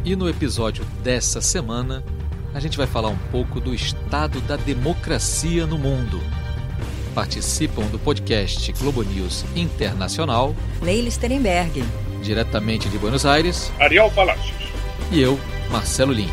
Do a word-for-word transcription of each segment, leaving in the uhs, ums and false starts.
E no episódio dessa semana, a gente vai falar um pouco do estado da democracia no mundo. Participam do podcast Globo News Internacional Leila Sterenberg, diretamente de Buenos Aires, Ariel Palacios, e eu, Marcelo Lins.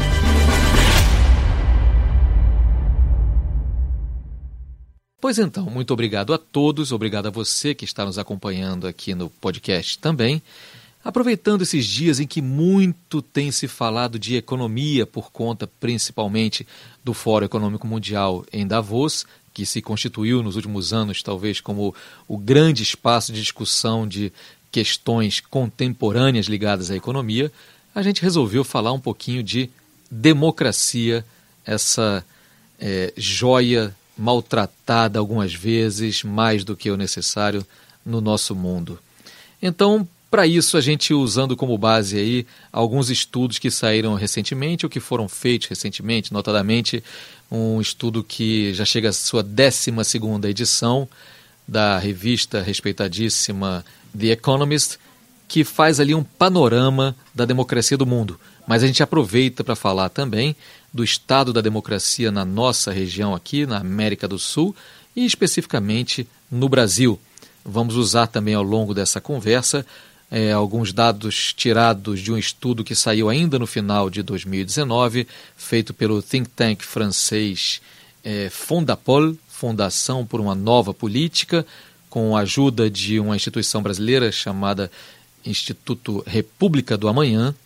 Pois então, muito obrigado a todos, obrigado a você que está nos acompanhando aqui no podcast também. Aproveitando esses dias em que muito tem se falado de economia por conta principalmente do Fórum Econômico Mundial em Davos, que se constituiu nos últimos anos talvez como o grande espaço de discussão de questões contemporâneas ligadas à economia, a gente resolveu falar um pouquinho de democracia, essa é, joia maltratada algumas vezes, mais do que o necessário no nosso mundo. Então, para isso, a gente usando como base aí alguns estudos que saíram recentemente ou que foram feitos recentemente, notadamente um estudo que já chega à sua décima segunda edição da revista respeitadíssima The Economist, que faz ali um panorama da democracia do mundo. Mas a gente aproveita para falar também do estado da democracia na nossa região aqui, na América do Sul, e especificamente no Brasil. Vamos usar também ao longo dessa conversa é, alguns dados tirados de um estudo que saiu ainda no final de dois mil e dezenove, feito pelo think tank francês é, Fondapol, Fundação por uma Nova Política, com a ajuda de uma instituição brasileira chamada Instituto República do Amanhã,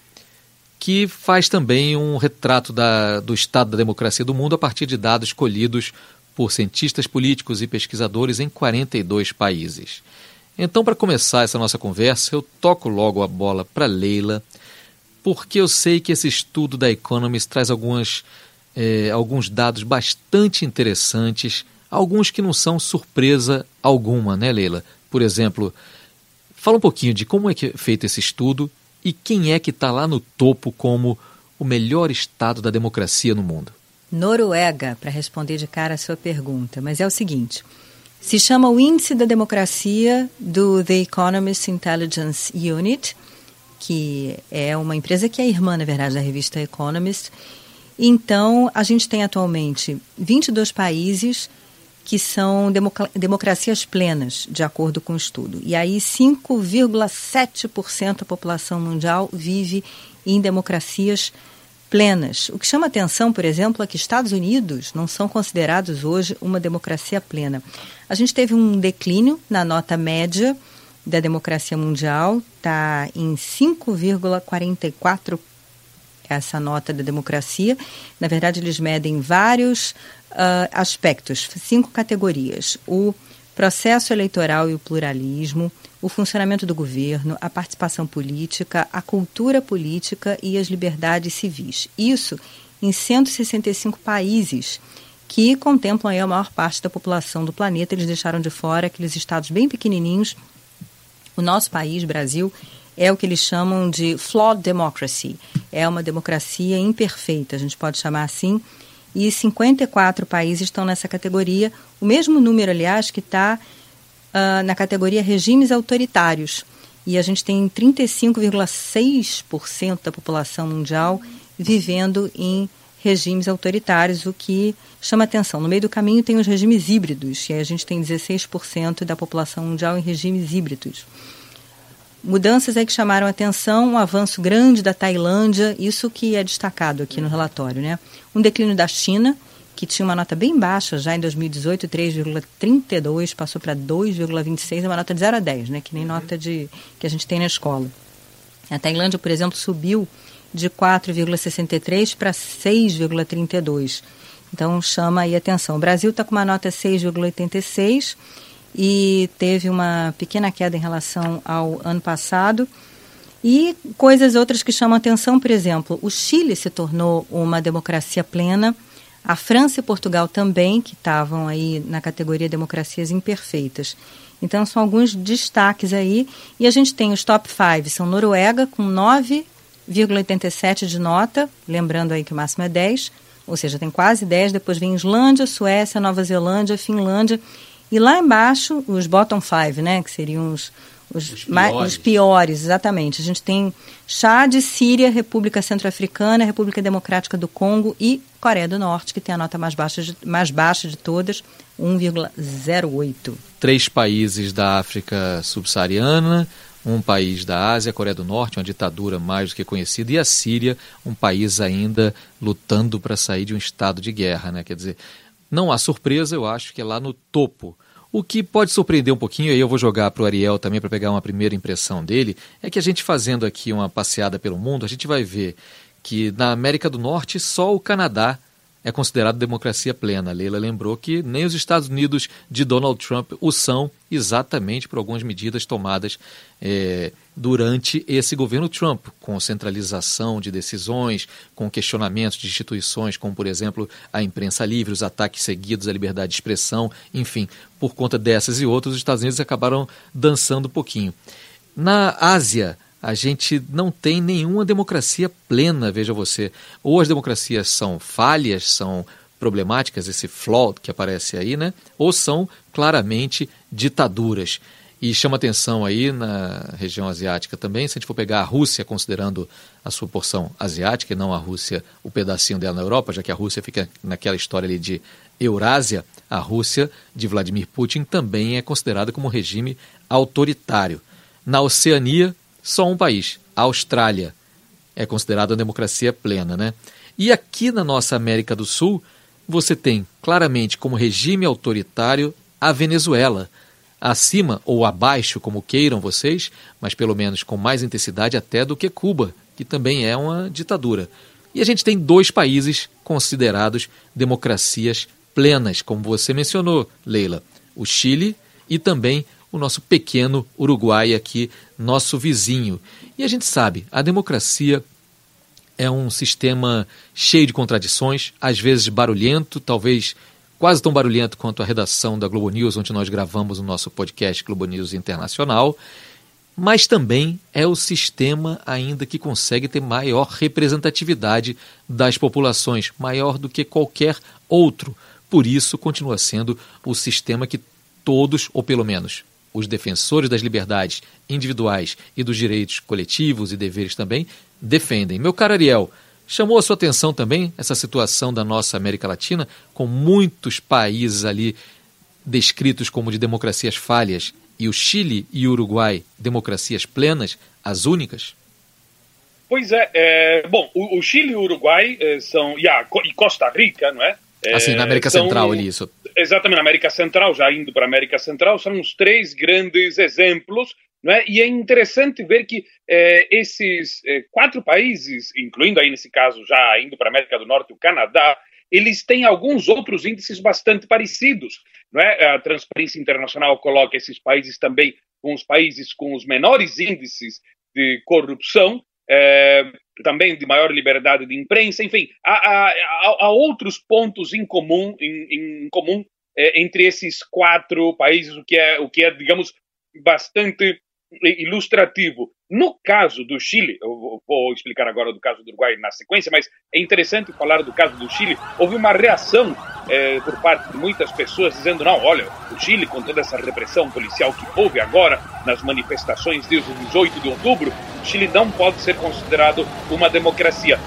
que faz também um retrato da, do estado da democracia do mundo a partir de dados colhidos por cientistas políticos e pesquisadores em quarenta e dois países. Então, para começar essa nossa conversa, eu toco logo a bola para Leila, porque eu sei que esse estudo da Economist traz algumas, eh, alguns dados bastante interessantes, alguns que não são surpresa alguma, né, Leila? Por exemplo, fala um pouquinho de como é que é feito esse estudo e quem é que está lá no topo como o melhor estado da democracia no mundo. Noruega, para responder de cara a sua pergunta, mas é o seguinte, se chama o Índice da Democracia do The Economist Intelligence Unit, que é uma empresa que é irmã, na verdade, da revista Economist. Então, a gente tem atualmente vinte e dois países que são democ- democracias plenas, de acordo com o estudo. E aí cinco vírgula sete por cento da população mundial vive em democracias plenas. O que chama atenção, por exemplo, é que Estados Unidos não são considerados hoje uma democracia plena. A gente teve um declínio na nota média da democracia mundial, está em cinco vírgula quarenta e quatro essa nota da democracia. Na verdade, eles medem vários uh, aspectos, cinco categorias. O processo eleitoral e o pluralismo, o funcionamento do governo, a participação política, a cultura política e as liberdades civis. Isso em cento e sessenta e cinco países que contemplam aí a maior parte da população do planeta. Eles deixaram de fora aqueles estados bem pequenininhos. O nosso país, Brasil, é o que eles chamam de flawed democracy. É uma democracia imperfeita, a gente pode chamar assim. E cinquenta e quatro países estão nessa categoria. O mesmo número, aliás, que está uh, na categoria regimes autoritários. E a gente tem trinta e cinco vírgula seis por cento da população mundial vivendo em regimes autoritários, o que chama atenção. No meio do caminho tem os regimes híbridos, e aí a gente tem dezesseis por cento da população mundial em regimes híbridos. Mudanças aí que chamaram a atenção, um avanço grande da Tailândia, isso que é destacado aqui no relatório, né? Um declínio da China, que tinha uma nota bem baixa já em dois mil e dezoito, três vírgula trinta e dois, passou para dois vírgula vinte e seis, é uma nota de zero a dez, né? Que nem nota de, que a gente tem na escola. A Tailândia, por exemplo, subiu de quatro vírgula sessenta e três para seis vírgula trinta e dois. Então, chama aí a atenção. O Brasil está com uma nota seis vírgula oitenta e seis e teve uma pequena queda em relação ao ano passado. E coisas outras que chamam a atenção, por exemplo, o Chile se tornou uma democracia plena, a França e Portugal também, que estavam aí na categoria democracias imperfeitas. Então, são alguns destaques aí. E a gente tem os top cinco, são Noruega, com nove vírgula oitenta e sete de nota, lembrando aí que o máximo é dez, ou seja, tem quase dez, depois vem Islândia, Suécia, Nova Zelândia, Finlândia, e lá embaixo os bottom five, né, que seriam os, os, os, mais, piores. os piores, exatamente. A gente tem Chad, Síria, República Centro-Africana, República Democrática do Congo e Coreia do Norte, que tem a nota mais baixa de, mais baixa de todas, um vírgula zero oito. Três países da África subsaariana, um país da Ásia, a Coreia do Norte, uma ditadura mais do que conhecida, e a Síria, um país ainda lutando para sair de um estado de guerra, né? Quer dizer, não há surpresa, eu acho que é lá no topo. O que pode surpreender um pouquinho, aí eu vou jogar para o Ariel também para pegar uma primeira impressão dele, é que a gente fazendo aqui uma passeada pelo mundo, a gente vai ver que na América do Norte só o Canadá é considerado democracia plena. A Leila lembrou que nem os Estados Unidos de Donald Trump o são, exatamente por algumas medidas tomadas é, durante esse governo Trump, com centralização de decisões, com questionamentos de instituições, como, por exemplo, a imprensa livre, os ataques seguidos à liberdade de expressão, enfim, por conta dessas e outras, os Estados Unidos acabaram dançando um pouquinho. Na Ásia, a gente não tem nenhuma democracia plena, veja você. Ou as democracias são falhas, são problemáticas, esse flawed que aparece aí, né? Ou são claramente ditaduras. E chama atenção aí na região asiática também, se a gente for pegar a Rússia, considerando a sua porção asiática, e não a Rússia, o pedacinho dela na Europa, já que a Rússia fica naquela história ali de Eurásia, a Rússia de Vladimir Putin também é considerada como um regime autoritário. Na Oceania, só um país, a Austrália, é considerada uma democracia plena, né? E aqui na nossa América do Sul, você tem claramente como regime autoritário a Venezuela, acima ou abaixo, como queiram vocês, mas pelo menos com mais intensidade até do que Cuba, que também é uma ditadura. E a gente tem dois países considerados democracias plenas, como você mencionou, Leila, o Chile e também o nosso pequeno Uruguai aqui, nosso vizinho. E a gente sabe, a democracia é um sistema cheio de contradições, às vezes barulhento, talvez quase tão barulhento quanto a redação da Globo News, onde nós gravamos o nosso podcast Globo News Internacional, mas também é o sistema ainda que consegue ter maior representatividade das populações, maior do que qualquer outro. Por isso, continua sendo o sistema que todos, ou pelo menos os defensores das liberdades individuais e dos direitos coletivos e deveres também, defendem. Meu caro Ariel, chamou a sua atenção também essa situação da nossa América Latina, com muitos países ali descritos como de democracias falhas, e o Chile e o Uruguai, democracias plenas, as únicas? Pois é, é bom, o, o Chile e o Uruguai é, são, yeah, e Costa Rica, não é? É, assim, na América são, Central ali, isso. Exatamente, na América Central, já indo para a América Central, são os três grandes exemplos, não é? E é interessante ver que é, esses é, quatro países, incluindo aí nesse caso já indo para a América do Norte, o Canadá, eles têm alguns outros índices bastante parecidos, não é? A Transparência Internacional coloca esses países também com os países com os menores índices de corrupção, é, também de maior liberdade de imprensa, enfim, há, há, há outros pontos em comum, em, em comum é, entre esses quatro países, o que é, o que é, digamos, bastante ilustrativo. No caso do Chile, eu vou explicar agora do caso do Uruguai na sequência, mas é interessante falar do caso do Chile. Houve uma reação é, por parte de muitas pessoas dizendo, não, olha, o Chile com toda essa repressão policial que houve agora nas manifestações desde o dezoito de outubro, o Chile não pode ser considerado uma democracia.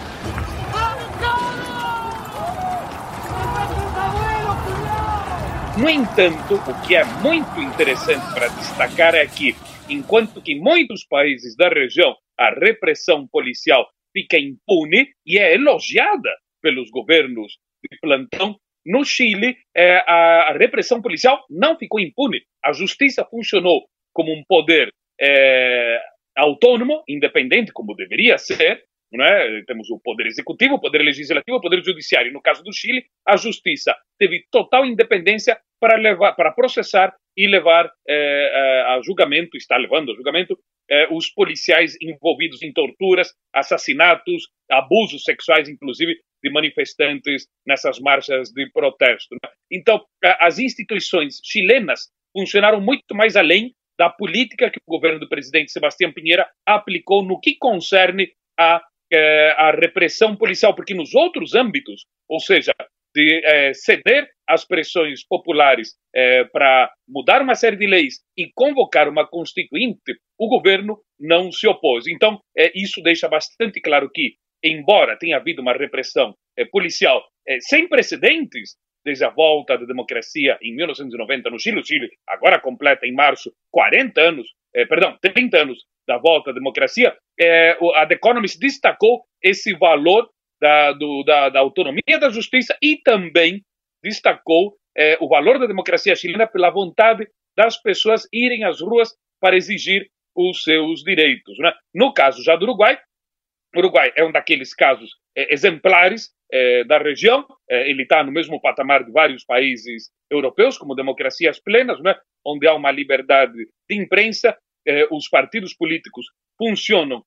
No entanto, o que é muito interessante para destacar é que, enquanto que em muitos países da região a repressão policial fica impune e é elogiada pelos governos de plantão, no Chile é, a repressão policial não ficou impune. A justiça funcionou como um poder é, autônomo, independente, como deveria ser, não é? Temos o poder executivo, o poder legislativo, o poder judiciário. No caso do Chile, a justiça teve total independência para levar, para processar e levar eh, a julgamento, está levando a julgamento, eh, os policiais envolvidos em torturas, assassinatos, abusos sexuais, inclusive, de manifestantes nessas marchas de protesto. Né? Então, as instituições chilenas funcionaram muito mais além da política que o governo do presidente Sebastião Pinheira aplicou no que concerne a, eh, a repressão policial, porque nos outros âmbitos, ou seja, de é, ceder às pressões populares é, para mudar uma série de leis e convocar uma constituinte, o governo não se opôs. Então, é, isso deixa bastante claro que, embora tenha havido uma repressão é, policial é, sem precedentes, desde a volta da democracia em mil novecentos e noventa no Chile, o Chile agora completa em março quarenta anos, eh, perdão, trinta anos da volta à democracia, eh, a The Economist destacou esse valor da, do, da, da autonomia da justiça e também destacou eh, o valor da democracia chilena pela vontade das pessoas irem às ruas para exigir os seus direitos, né? No caso já do Uruguai, o Uruguai é um daqueles casos eh, exemplares eh, da região, eh, ele está no mesmo patamar de vários países europeus, como democracias plenas, né, onde há uma liberdade de imprensa, eh, os partidos políticos funcionam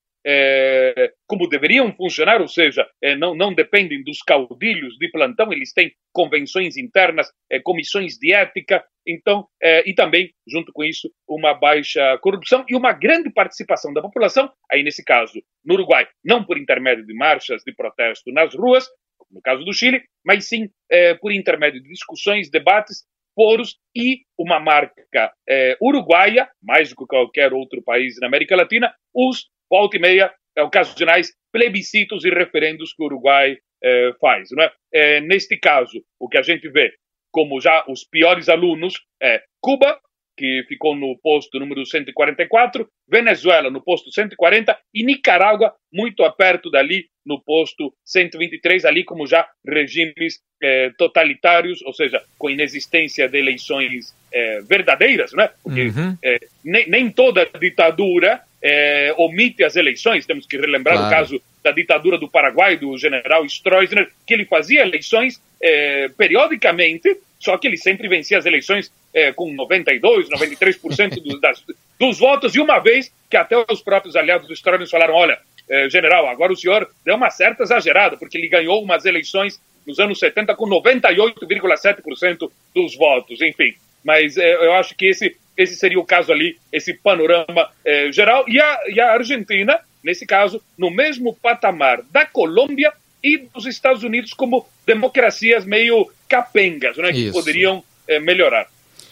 eh, como deveriam funcionar, ou seja, eh, não, não dependem dos caudilhos de plantão, eles têm convenções internas, eh, comissões de ética, então, eh, e também, junto com isso, uma baixa corrupção e uma grande participação da população, aí nesse caso, no Uruguai, não por intermédio de marchas de protesto nas ruas, como no caso do Chile, mas sim eh, por intermédio de discussões, debates, foros e uma marca eh, uruguaia, mais do que qualquer outro país na América Latina, os volta e meia, ocasionais plebiscitos e referendos que o Uruguai eh, faz. Não é? Eh, neste caso, o que a gente vê como já os piores alunos é Cuba, que ficou no posto número cento e quarenta e quatro, Venezuela no posto cento e quarenta e Nicarágua muito perto dali no posto cento e vinte e três, ali como já regimes eh, totalitários, ou seja, com inexistência de eleições eh, verdadeiras, né? Porque uhum. eh, nem, nem toda ditadura eh, omite as eleições. Temos que relembrar claro. O caso da ditadura do Paraguai, do general Stroessner, que ele fazia eleições eh, periodicamente, só que ele sempre vencia as eleições eh, com noventa e dois, noventa e três por cento do, das, dos votos, e uma vez que até os próprios aliados do Stroessner falaram, olha, eh, general, agora o senhor deu uma certa exagerada, porque ele ganhou umas eleições nos anos setenta com noventa e oito vírgula sete por cento dos votos, enfim. Mas eh, eu acho que esse, esse seria o caso ali, esse panorama eh, geral. E a, e a Argentina, nesse caso, no mesmo patamar da Colômbia e dos Estados Unidos como democracias meio capengas, né, que poderiam eh, melhorar.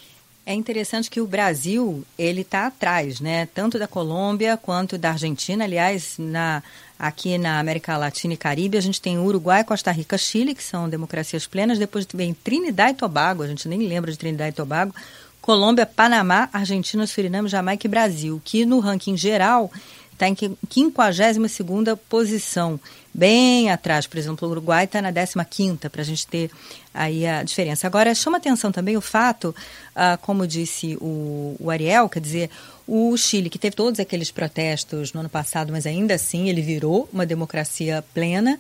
É interessante que o Brasil, ele está atrás, né, tanto da Colômbia quanto da Argentina. Aliás, na, aqui na América Latina e Caribe, a gente tem Uruguai, Costa Rica, Chile, que são democracias plenas. Depois vem Trinidad e Tobago, a gente nem lembra de Trinidad e Tobago. Colômbia, Panamá, Argentina, Suriname, Jamaica e Brasil, que no ranking geral está em quinquagésima segunda posição, bem atrás. Por exemplo, o Uruguai está na décima quinta, para a gente ter aí a diferença. Agora, chama atenção também o fato, ah, como disse o, o Ariel, quer dizer, o Chile, que teve todos aqueles protestos no ano passado, mas ainda assim ele virou uma democracia plena.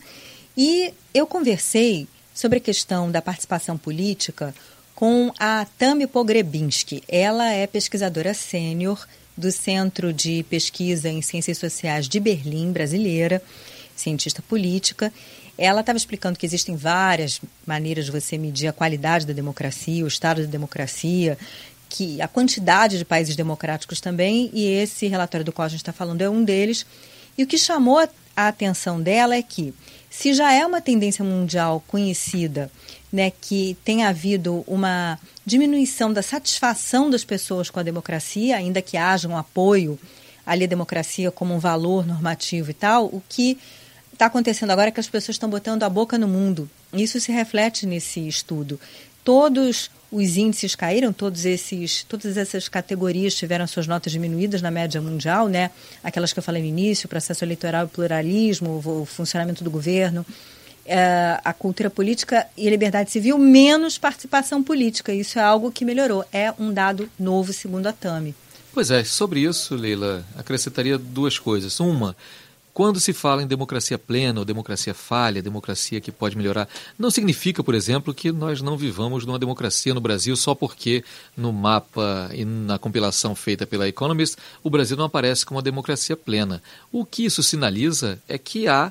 E eu conversei sobre a questão da participação política com a Tami Pogrebinski. Ela é pesquisadora sênior do Centro de Pesquisa em Ciências Sociais de Berlim, brasileira, cientista política. Ela estava explicando que existem várias maneiras de você medir a qualidade da democracia, o estado da democracia, que a quantidade de países democráticos também, e esse relatório do qual a gente está falando é um deles. E o que chamou a atenção dela é que, se já é uma tendência mundial conhecida, né, que tem havido uma diminuição da satisfação das pessoas com a democracia, ainda que haja um apoio ali à democracia como um valor normativo e tal, o que está acontecendo agora é que as pessoas estão botando a boca no mundo. Isso se reflete nesse estudo. Todos os índices caíram, todos esses, todas essas categorias tiveram suas notas diminuídas na média mundial, né? Aquelas que eu falei no início, processo eleitoral e pluralismo, o funcionamento do governo, é, a cultura política e a liberdade civil, menos participação política. Isso é algo que melhorou. É um dado novo, segundo a Tami. Pois é, sobre isso, Leila, acrescentaria duas coisas. Uma, quando se fala em democracia plena ou democracia falha, democracia que pode melhorar, não significa, por exemplo, que nós não vivamos numa democracia no Brasil só porque no mapa e na compilação feita pela Economist o Brasil não aparece como uma democracia plena. O que isso sinaliza é que há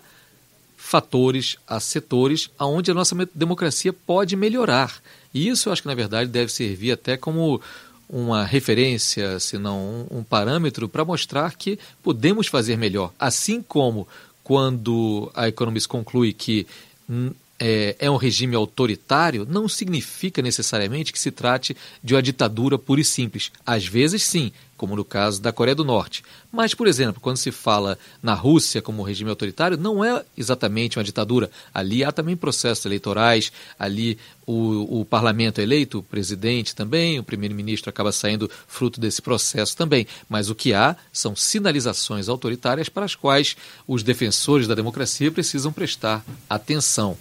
fatores, há setores onde a nossa democracia pode melhorar. E isso eu acho que, na verdade, deve servir até como uma referência, se não um, um parâmetro para mostrar que podemos fazer melhor. Assim como quando a Economist conclui que hum, é, é um regime autoritário, não significa necessariamente que se trate de uma ditadura pura e simples. Às vezes, sim, como no caso da Coreia do Norte. Mas, por exemplo, quando se fala na Rússia como regime autoritário, não é exatamente uma ditadura. Ali há também processos eleitorais, ali o, o parlamento é eleito, o presidente também, o primeiro-ministro acaba saindo fruto desse processo também. Mas o que há são sinalizações autoritárias para as quais os defensores da democracia precisam prestar atenção.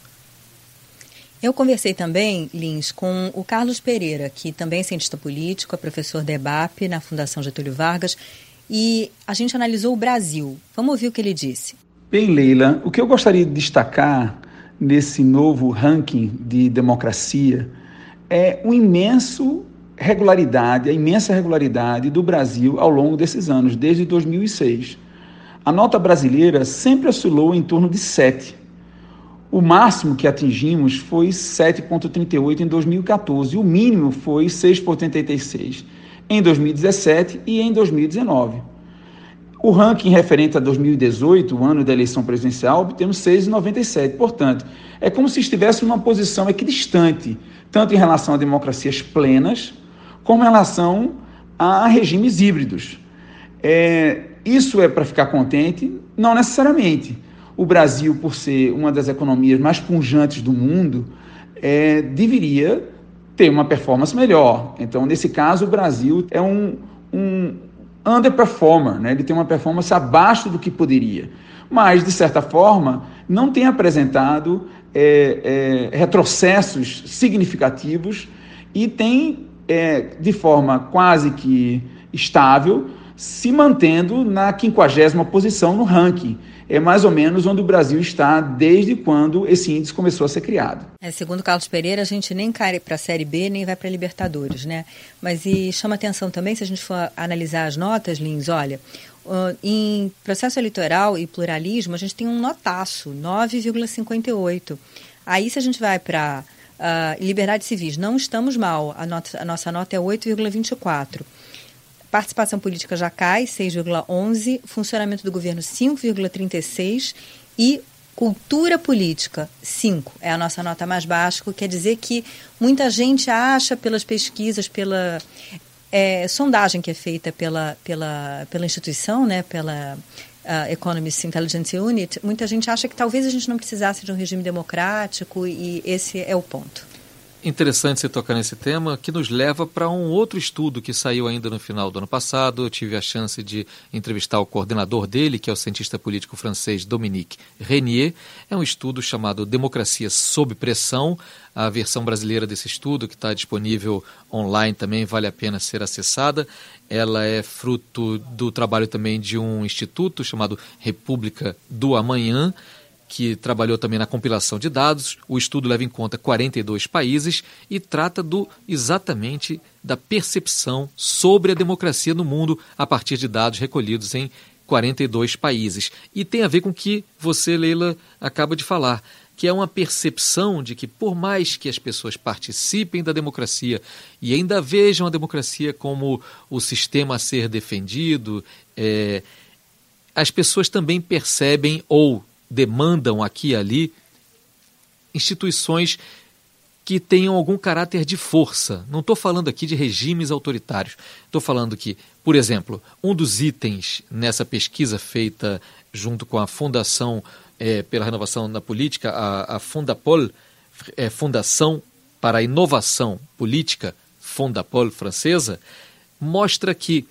Eu conversei também, Lins, com o Carlos Pereira, que também é cientista político, é professor da E B A P na Fundação Getúlio Vargas, e a gente analisou o Brasil. Vamos ouvir o que ele disse. Bem, Leila, o que eu gostaria de destacar nesse novo ranking de democracia é o imenso regularidade, a imensa regularidade do Brasil ao longo desses anos, desde dois mil e seis. A nota brasileira sempre oscilou em torno de sete. O máximo que atingimos foi sete vírgula trinta e oito em dois mil e quatorze, e o mínimo foi seis vírgula oitenta e seis em dois mil e dezessete e em dois mil e dezenove. O ranking referente a dois mil e dezoito, o ano da eleição presidencial, obtemos seis vírgula noventa e sete. Portanto, é como se estivesse numa posição equidistante, tanto em relação a democracias plenas, como em relação a regimes híbridos. É, isso é para ficar contente? Não necessariamente. O Brasil, por ser uma das economias mais pujantes do mundo, é, deveria ter uma performance melhor. Então, nesse caso, o Brasil é um, um underperformer, né? Ele tem uma performance abaixo do que poderia. Mas, de certa forma, não tem apresentado é, é, retrocessos significativos e tem, é, de forma quase que estável, se mantendo na quinquagésima posição no ranking. É mais ou menos onde o Brasil está desde quando esse índice começou a ser criado. É, segundo Carlos Pereira, a gente nem cai para a Série B, nem vai para a Libertadores, né? Mas e chama atenção também, se a gente for analisar as notas, Lins, olha, uh, em processo eleitoral e pluralismo, a gente tem um notaço, nove vírgula cinquenta e oito. Aí, se a gente vai para uh, liberdades civis, não estamos mal, a, nota, a nossa nota é oito vírgula vinte e quatro. Participação política já cai, seis vírgula onze, funcionamento do governo, cinco vírgula trinta e seis e cultura política, cinco. É a nossa nota mais baixa, quer dizer que muita gente acha pelas pesquisas, pela é, sondagem que é feita pela, pela, pela instituição, né, pela uh, Economist Intelligence Unit, muita gente acha que talvez a gente não precisasse de um regime democrático e esse é o ponto. Interessante você tocar nesse tema, que nos leva para um outro estudo que saiu ainda no final do ano passado. Eu tive a chance de entrevistar o coordenador dele, que é o cientista político francês Dominique Régnier. É um estudo chamado Democracia sob Pressão. A versão brasileira desse estudo, que está disponível online também, vale a pena ser acessada. Ela é fruto do trabalho também de um instituto chamado República do Amanhã, que trabalhou também na compilação de dados. O estudo leva em conta quarenta e dois países e trata do, exatamente da percepção sobre a democracia no mundo a partir de dados recolhidos em quarenta e dois países. E tem a ver com o que você, Leila, acaba de falar, que é uma percepção de que, por mais que as pessoas participem da democracia e ainda vejam a democracia como o sistema a ser defendido, é, as pessoas também percebem ou demandam aqui e ali instituições que tenham algum caráter de força. Não estou falando aqui de regimes autoritários. Estou falando que, por exemplo, um dos itens nessa pesquisa feita junto com a Fundação é, pela Renovação na Política, a, a Fundapol, é, Fundação para a Inovação Política, Fundapol francesa, mostra que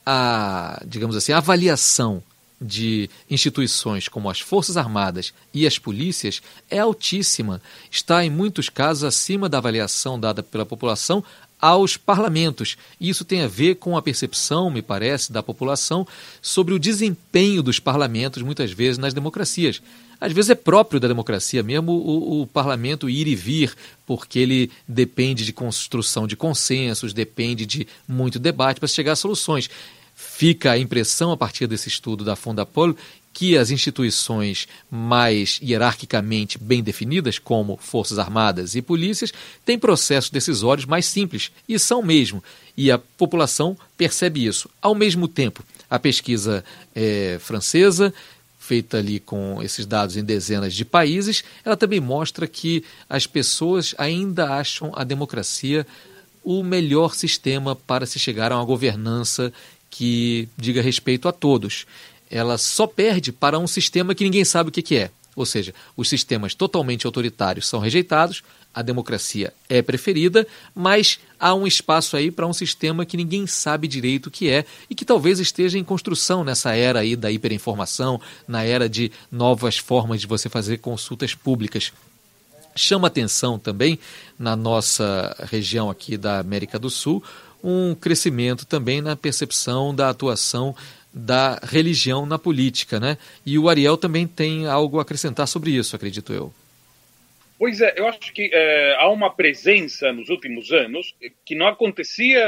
a, digamos assim, a avaliação de instituições como as Forças Armadas e as polícias é altíssima, está em muitos casos acima da avaliação dada pela população aos parlamentos. E isso tem a ver com a percepção, me parece, da população sobre o desempenho dos parlamentos, muitas vezes, nas democracias. Às vezes é próprio da democracia mesmo o, o parlamento ir e vir, porque ele depende de construção de consensos, depende de muito debate para chegar a soluções. Fica a impressão, a partir desse estudo da Fundapol, que as instituições mais hierarquicamente bem definidas, como Forças Armadas e polícias, têm processos decisórios mais simples, e são mesmo. E a população percebe isso. Ao mesmo tempo, a pesquisa é, francesa feita ali com esses dados em dezenas de países, ela também mostra que as pessoas ainda acham a democracia o melhor sistema para se chegar a uma governança que diga respeito a todos. Ela só perde para um sistema que ninguém sabe o que, que é. Ou seja, os sistemas totalmente autoritários são rejeitados, a democracia é preferida, mas há um espaço aí para um sistema que ninguém sabe direito o que é e que talvez esteja em construção nessa era aí da hiperinformação, na era de novas formas de você fazer consultas públicas. Chama atenção também, na nossa região aqui da América do Sul, um crescimento também na percepção da atuação da religião na política, né? E o Ariel também tem algo a acrescentar sobre isso, acredito eu. Pois é, eu acho que é, há uma presença nos últimos anos que não acontecia,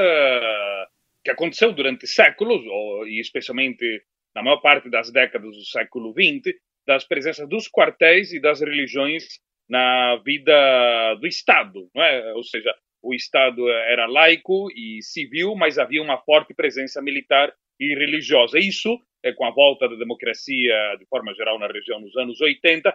que aconteceu durante séculos, ou, e especialmente na maior parte das décadas do século vinte, das presenças dos quartéis e das religiões na vida do Estado, não é? Ou seja, o Estado era laico e civil, mas havia uma forte presença militar e religiosa. Isso, é, com a volta da democracia, de forma geral, na região nos anos oitenta,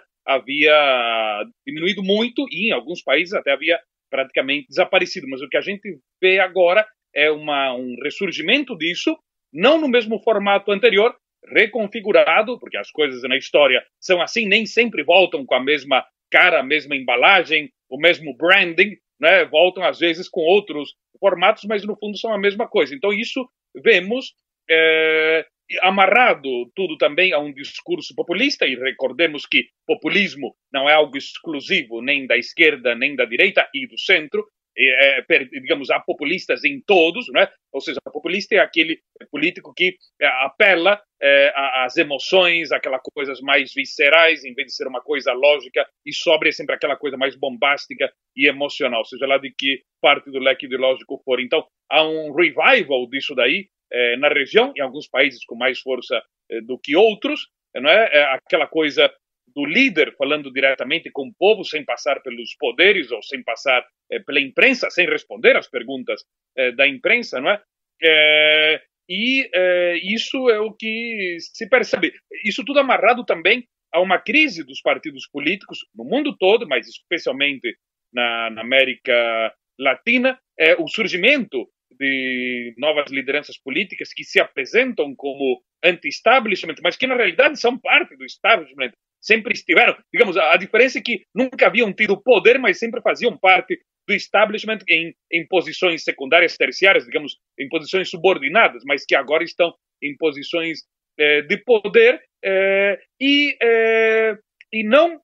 havia diminuído muito e, em alguns países, até havia praticamente desaparecido. Mas o que a gente vê agora é uma, um ressurgimento disso, não no mesmo formato anterior, reconfigurado, porque as coisas na história são assim, nem sempre voltam com a mesma cara, a mesma embalagem, o mesmo branding, né? Voltam, às vezes, com outros formatos, mas, no fundo, são a mesma coisa. Então, isso vemos É, amarrado tudo também a um discurso populista, e recordemos que populismo não é algo exclusivo nem da esquerda, nem da direita e do centro, é, é, digamos, há populistas em todos, né? Ou seja, populista é aquele político que é, apela é, às emoções, aquelas coisas mais viscerais, em vez de ser uma coisa lógica e sóbria, é sempre aquela coisa mais bombástica e emocional, seja lá de que parte do leque ideológico for. Então, há um revival disso daí, É, na região, em alguns países com mais força é, do que outros, não é? É aquela coisa do líder falando diretamente com o povo, sem passar pelos poderes ou sem passar é, pela imprensa, sem responder às perguntas é, da imprensa, não é? É e é, isso é o que se percebe. Isso tudo amarrado também a uma crise dos partidos políticos no mundo todo, mas especialmente na, na América Latina, é o surgimento de novas lideranças políticas que se apresentam como anti-establishment, mas que na realidade são parte do establishment, sempre estiveram. Digamos, a, a diferença é que nunca haviam tido poder, mas sempre faziam parte do establishment em, em posições secundárias, terciárias, digamos, em posições subordinadas, mas que agora estão em posições eh, de poder eh, e, eh, e não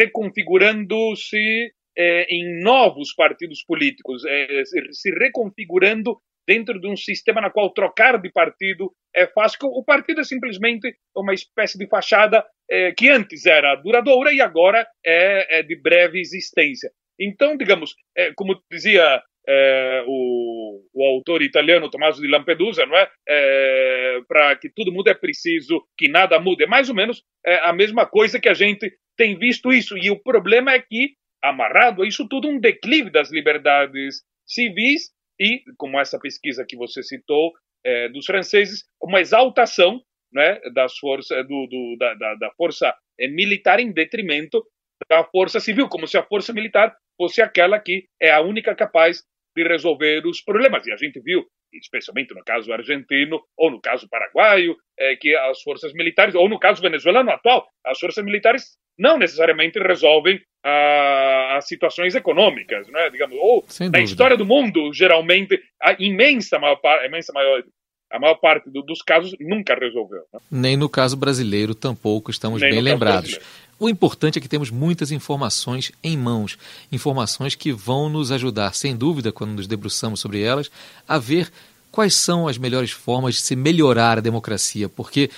reconfigurando-se Eh, em novos partidos políticos, eh, se reconfigurando dentro de um sistema na qual trocar de partido é fácil. O partido é simplesmente uma espécie de fachada eh, que antes era duradoura e agora é, é de breve existência. Então, digamos, eh, como dizia eh, o, o autor italiano Tommaso di Lampedusa, não é? Eh, para que tudo mude é preciso que nada mude. É mais ou menos eh, a mesma coisa que a gente tem visto isso. E o problema é que, amarrado a isso tudo, um declive das liberdades civis e, como essa pesquisa que você citou, é, dos franceses, uma exaltação, né, das forças, do, do, da, da, da força é, militar em detrimento da força civil, como se a força militar fosse aquela que é a única capaz de resolver os problemas. E a gente viu, especialmente no caso argentino, ou no caso paraguaio, é, que as forças militares, ou no caso venezuelano atual, as forças militares não necessariamente resolvem ah, as situações econômicas, né? Digamos, ou na história do mundo, geralmente, a imensa maior, a imensa maior, a maior parte do, dos casos nunca resolveu. Né? Nem no caso brasileiro, tampouco, estamos Nem bem lembrados. O importante é que temos muitas informações em mãos, informações que vão nos ajudar, sem dúvida, quando nos debruçamos sobre elas, a ver quais são as melhores formas de se melhorar a democracia, porque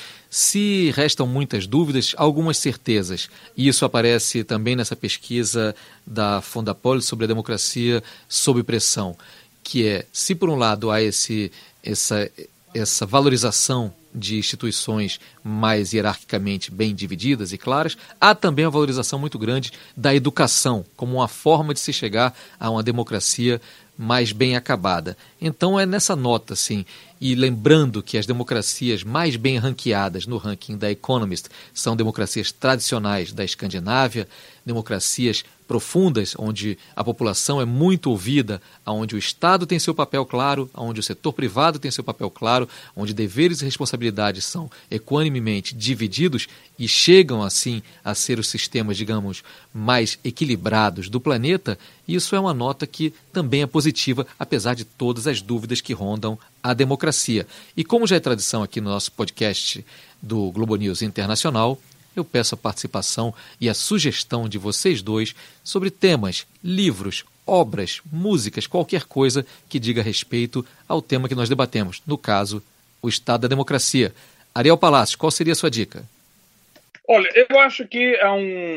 se restam muitas dúvidas, algumas certezas. E isso aparece também nessa pesquisa da Fundapol sobre a democracia sob pressão, que é, se por um lado há esse, essa, essa valorização de instituições mais hierarquicamente bem divididas e claras, há também a valorização muito grande da educação como uma forma de se chegar a uma democracia mais bem acabada. Então é nessa nota, assim, E lembrando que as democracias mais bem ranqueadas no ranking da Economist são democracias tradicionais da Escandinávia, democracias profundas, onde a população é muito ouvida, onde o Estado tem seu papel claro, onde o setor privado tem seu papel claro, onde deveres e responsabilidades são equanimemente divididos e chegam, assim, a ser os sistemas, digamos, mais equilibrados do planeta. Isso é uma nota que também é positiva, apesar de todas as dúvidas que rondam a democracia. E como já é tradição aqui no nosso podcast do Globo News Internacional, eu peço a participação e a sugestão de vocês dois sobre temas, livros, obras, músicas, qualquer coisa que diga respeito ao tema que nós debatemos, no caso, o Estado da Democracia. Ariel Palacios, qual seria a sua dica? Olha, eu acho que é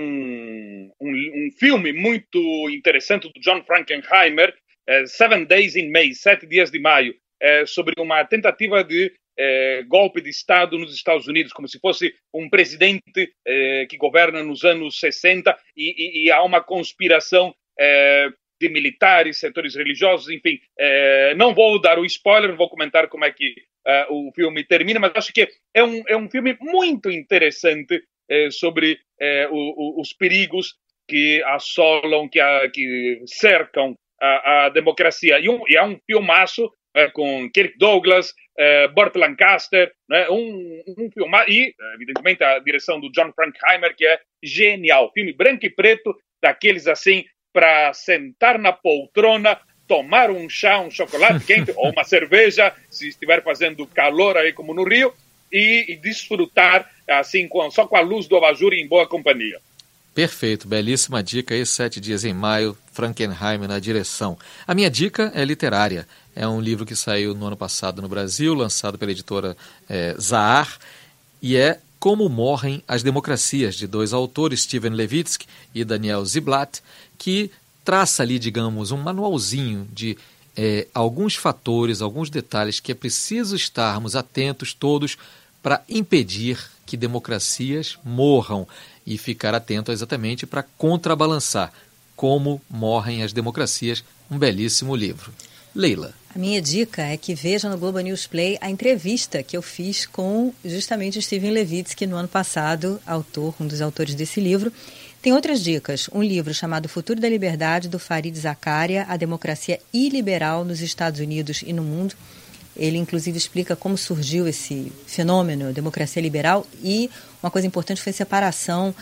um, um, um filme muito interessante do John Frankenheimer, é, Seven Days in May, Sete Dias de Maio, é, sobre uma tentativa de É, golpe de Estado nos Estados Unidos, como se fosse um presidente é, que governa nos anos sessenta e, e, e há uma conspiração é, de militares, setores religiosos, enfim. É, não vou dar o spoiler, não vou comentar como é que é, o filme termina, mas acho que é um, é um filme muito interessante é, sobre é, o, o, os perigos que assolam, que, a, que cercam a, a democracia. E, um, e é um filmaço é, com Kirk Douglas, Uh, Burt Lancaster, né? um, um filme, e evidentemente a direção do John Frankenheimer, que é genial, filme branco e preto, daqueles assim, para sentar na poltrona, tomar um chá, um chocolate quente, ou uma cerveja, se estiver fazendo calor aí como no Rio, e, e desfrutar assim, com, só com a luz do abajur e em boa companhia. Perfeito, belíssima dica aí, Sete Dias em Maio, Frankenheimer na direção. A minha dica é literária. É um livro que saiu no ano passado no Brasil, lançado pela editora é, Zahar, e é Como Morrem as Democracias, de dois autores, Steven Levitsky e Daniel Ziblatt, que traça ali, digamos, um manualzinho de é, alguns fatores, alguns detalhes que é preciso estarmos atentos todos para impedir que democracias morram e ficar atento exatamente para contrabalançar Como Morrem as Democracias, um belíssimo livro. Leila. A minha dica é que veja no Globo News Play a entrevista que eu fiz com justamente o Steven Levitsky no ano passado, autor, um dos autores desse livro. Tem outras dicas. Um livro chamado Futuro da Liberdade, do Fareed Zakaria, A Democracia Iliberal nos Estados Unidos e no Mundo. Ele, inclusive, explica como surgiu esse fenômeno, democracia liberal, e uma coisa importante foi a separação,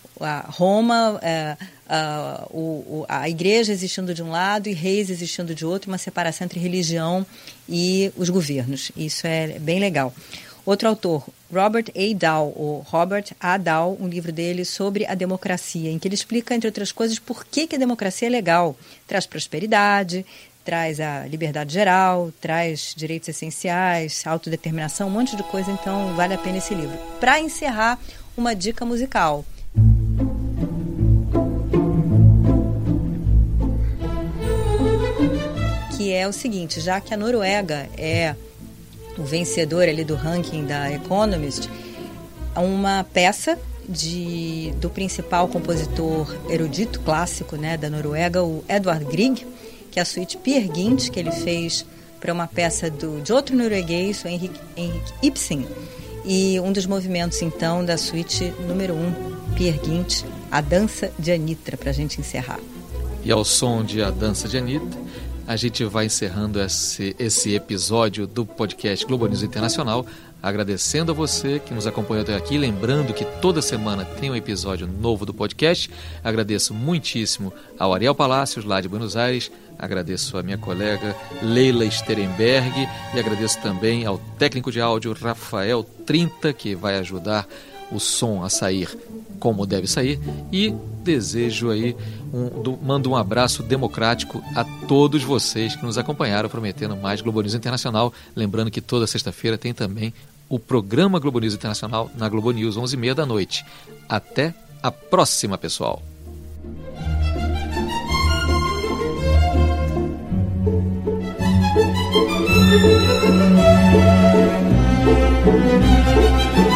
a Roma, é, a, o, a igreja existindo de um lado e reis existindo de outro, uma separação entre religião e os governos. Isso é bem legal. Outro autor, Robert A. Dow, ou Robert A. Dow, um livro dele sobre a democracia, em que ele explica, entre outras coisas, por que, que a democracia é legal. Traz prosperidade, traz a liberdade geral, traz direitos essenciais, autodeterminação, um monte de coisa, então vale a pena esse livro. Para encerrar, uma dica musical. Que é o seguinte, já que a Noruega é o vencedor ali do ranking da Economist, uma peça de, do principal compositor erudito clássico, né, da Noruega, o Edvard Grieg, que é a suíte Peer Gynt, que ele fez para uma peça do, de outro norueguês, o Henrik, Henrik Ibsen, e um dos movimentos, então, da suíte número um, Peer Gynt, a Dança de Anitra, para a gente encerrar. E ao som de A Dança de Anitra, a gente vai encerrando esse, esse episódio do podcast Globo News Internacional, agradecendo a você que nos acompanhou até aqui, lembrando que toda semana tem um episódio novo do podcast. Agradeço muitíssimo ao Ariel Palacios, lá de Buenos Aires, agradeço a minha colega Leila Sterenberg e agradeço também ao técnico de áudio Rafael Trinta, que vai ajudar o som a sair como deve sair, e desejo aí, um, do, mando um abraço democrático a todos vocês que nos acompanharam, prometendo mais Globo News Internacional. Lembrando que toda sexta-feira tem também o programa Globo News Internacional na Globo News, onze e meia da noite. Até a próxima, pessoal! Thank you.